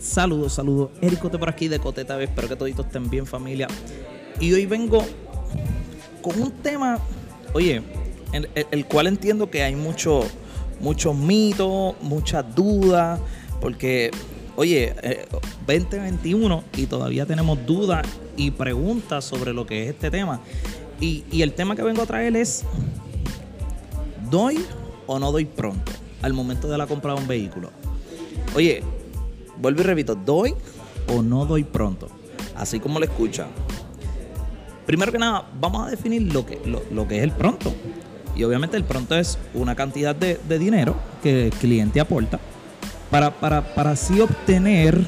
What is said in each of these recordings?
Saludos, Ericote por aquí de Cote TV. Espero que todos estén bien, familia. Y hoy vengo con un tema, oye, el cual entiendo que hay muchos mitos, muchas dudas, porque, oye, 2021 y todavía tenemos dudas y preguntas sobre lo que es este tema. Y el tema que vengo a traer es: ¿doy o no doy pronto al momento de la compra de un vehículo? Oye, vuelvo y repito, ¿doy o no doy pronto? Así como lo escuchan. Primero que nada, vamos a definir lo que es el pronto. Y obviamente el pronto es una cantidad de dinero que el cliente aporta para así obtener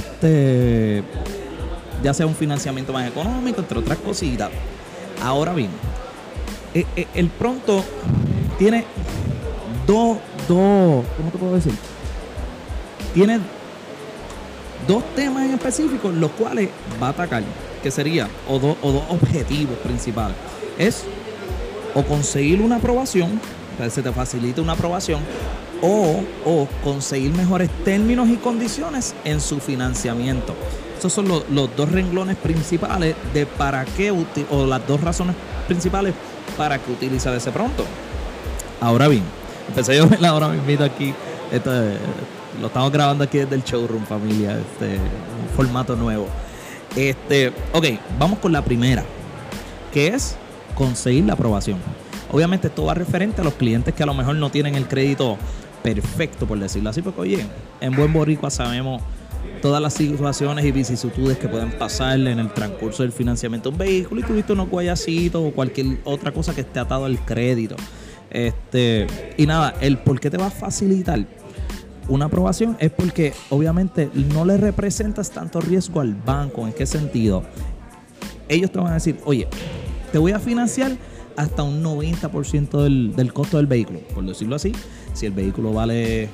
ya sea un financiamiento más económico, entre otras cositas. Ahora bien, el pronto tiene ¿cómo te puedo decir? Tiene dos temas en específico los cuales va a atacar, que sería o dos objetivos principales. Es o conseguir una aprobación, que se te facilite una aprobación, o conseguir mejores términos y condiciones en su financiamiento. Esos son los dos renglones principales de para qué, o las dos razones principales para que utilizar ese pronto. Ahora bien, empecé yo ahora mismo aquí. Lo estamos grabando aquí desde el showroom, familia. Un formato nuevo. Ok, vamos con la primera, que es conseguir la aprobación. Obviamente esto va referente a los clientes que a lo mejor no tienen el crédito perfecto, por decirlo así, porque oye, en buen boricua sabemos todas las situaciones y vicisitudes que pueden pasarle en el transcurso del financiamiento de un vehículo, y tuviste unos guayacitos o cualquier otra cosa que esté atado al crédito. Y nada, el por qué te va a facilitar una aprobación es porque obviamente no le representas tanto riesgo al banco. ¿En qué sentido? Ellos te van a decir, oye, te voy a financiar hasta un 90% del costo del vehículo, por decirlo así. Si el vehículo vale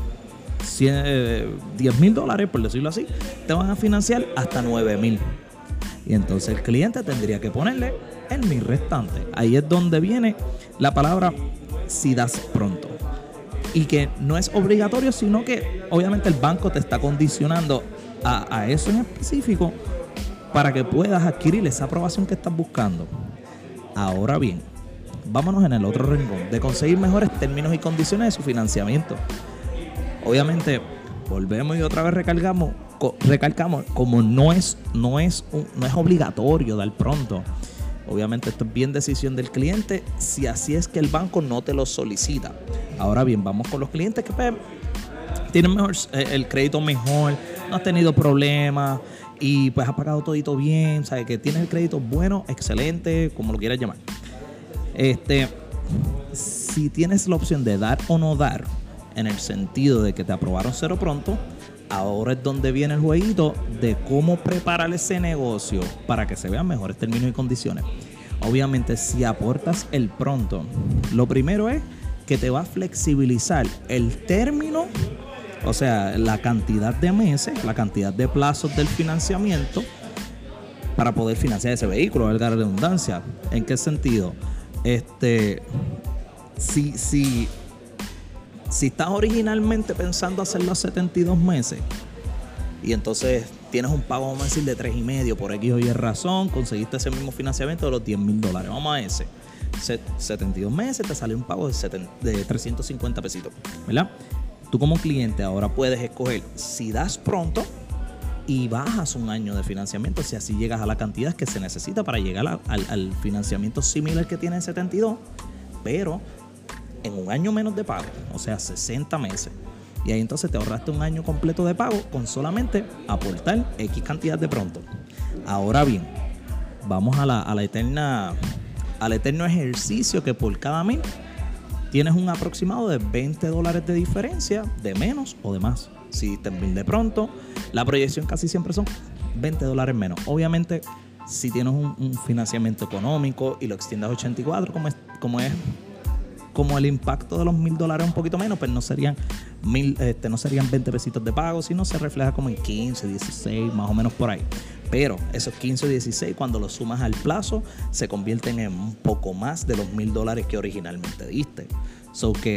$10,000, por decirlo así, te van a financiar hasta 9,000. Y entonces el cliente tendría que ponerle el 1,000 restante. Ahí es donde viene la palabra si das pronto. Y que no es obligatorio, sino que obviamente el banco te está condicionando a eso en específico para que puedas adquirir esa aprobación que estás buscando. Ahora bien, vámonos en el otro renglón de conseguir mejores términos y condiciones de su financiamiento. Obviamente, volvemos y otra vez recalcamos, como no es obligatorio dar pronto. Obviamente esto es bien decisión del cliente, si así es que el banco no te lo solicita. Ahora bien, vamos con los clientes que tienen mejor el crédito mejor, no has tenido problemas y pues has pagado todito bien, sabes que tienes el crédito bueno, excelente, como lo quieras llamar. Si tienes la opción de dar o no dar, en el sentido de que te aprobaron cero pronto, ahora es donde viene el jueguito de cómo preparar ese negocio para que se vean mejores términos y condiciones. Obviamente, si aportas el pronto, lo primero es que te va a flexibilizar el término, o sea, la cantidad de meses, la cantidad de plazos del financiamiento para poder financiar ese vehículo, valga la redundancia. ¿En qué sentido? Si estás originalmente pensando hacerlo a 72 meses y entonces tienes un pago, vamos a decir, de 3,5 por X o Y razón, conseguiste ese mismo financiamiento de los $10,000. Vamos a ese. 72 meses te sale un pago de 350 pesitos, ¿verdad? Tú como cliente ahora puedes escoger si das pronto y bajas un año de financiamiento, si así llegas a la cantidad que se necesita para llegar al financiamiento similar que tiene en 72, pero en un año menos de pago, o sea, 60 meses. Y ahí entonces te ahorraste un año completo de pago con solamente aportar X cantidad de pronto. Ahora bien, vamos al eterno ejercicio que por cada mes tienes un aproximado de $20 de diferencia, de menos o de más. Si diste 1,000 de pronto, la proyección casi siempre son $20 menos. Obviamente, si tienes un financiamiento económico y lo extiendes a 84, como el impacto de los $1,000 un poquito menos, pues no serían 20 pesitos de pago, sino se refleja como en 15, 16, más o menos por ahí. Pero esos 15 o 16, cuando los sumas al plazo, se convierten en un poco más de los $1,000 que originalmente diste. So que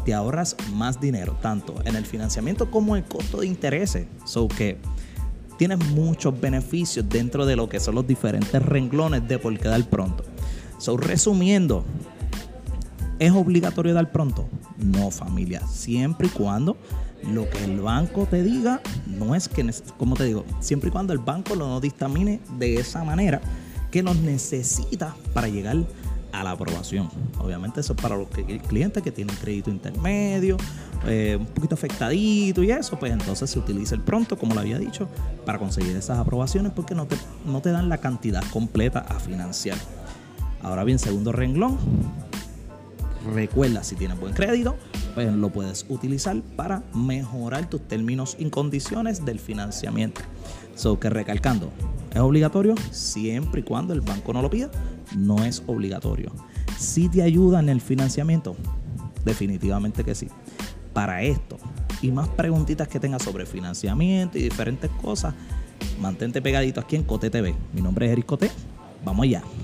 te ahorras más dinero, tanto en el financiamiento como en el costo de intereses. So que tienes muchos beneficios dentro de lo que son los diferentes renglones de por qué dar pronto. So, resumiendo, ¿es obligatorio dar pronto? No, familia. Siempre y cuando lo que el banco te diga, no es que, como te digo, siempre y cuando el banco lo no dictamine de esa manera que los necesita para llegar a la aprobación. Obviamente eso es para los clientes que tienen crédito intermedio, un poquito afectadito y eso, pues entonces se utiliza el pronto, como lo había dicho, para conseguir esas aprobaciones porque no te dan la cantidad completa a financiar. Ahora bien, segundo renglón, recuerda, si tienes buen crédito, pues lo puedes utilizar para mejorar tus términos y condiciones del financiamiento. So que recalcando, ¿es obligatorio? Siempre y cuando el banco no lo pida, no es obligatorio. Si te ayuda en el financiamiento, definitivamente que sí. Para esto y más preguntitas que tengas sobre financiamiento y diferentes cosas, mantente pegadito aquí en Coté TV. Mi nombre es Eric Coté. Vamos allá.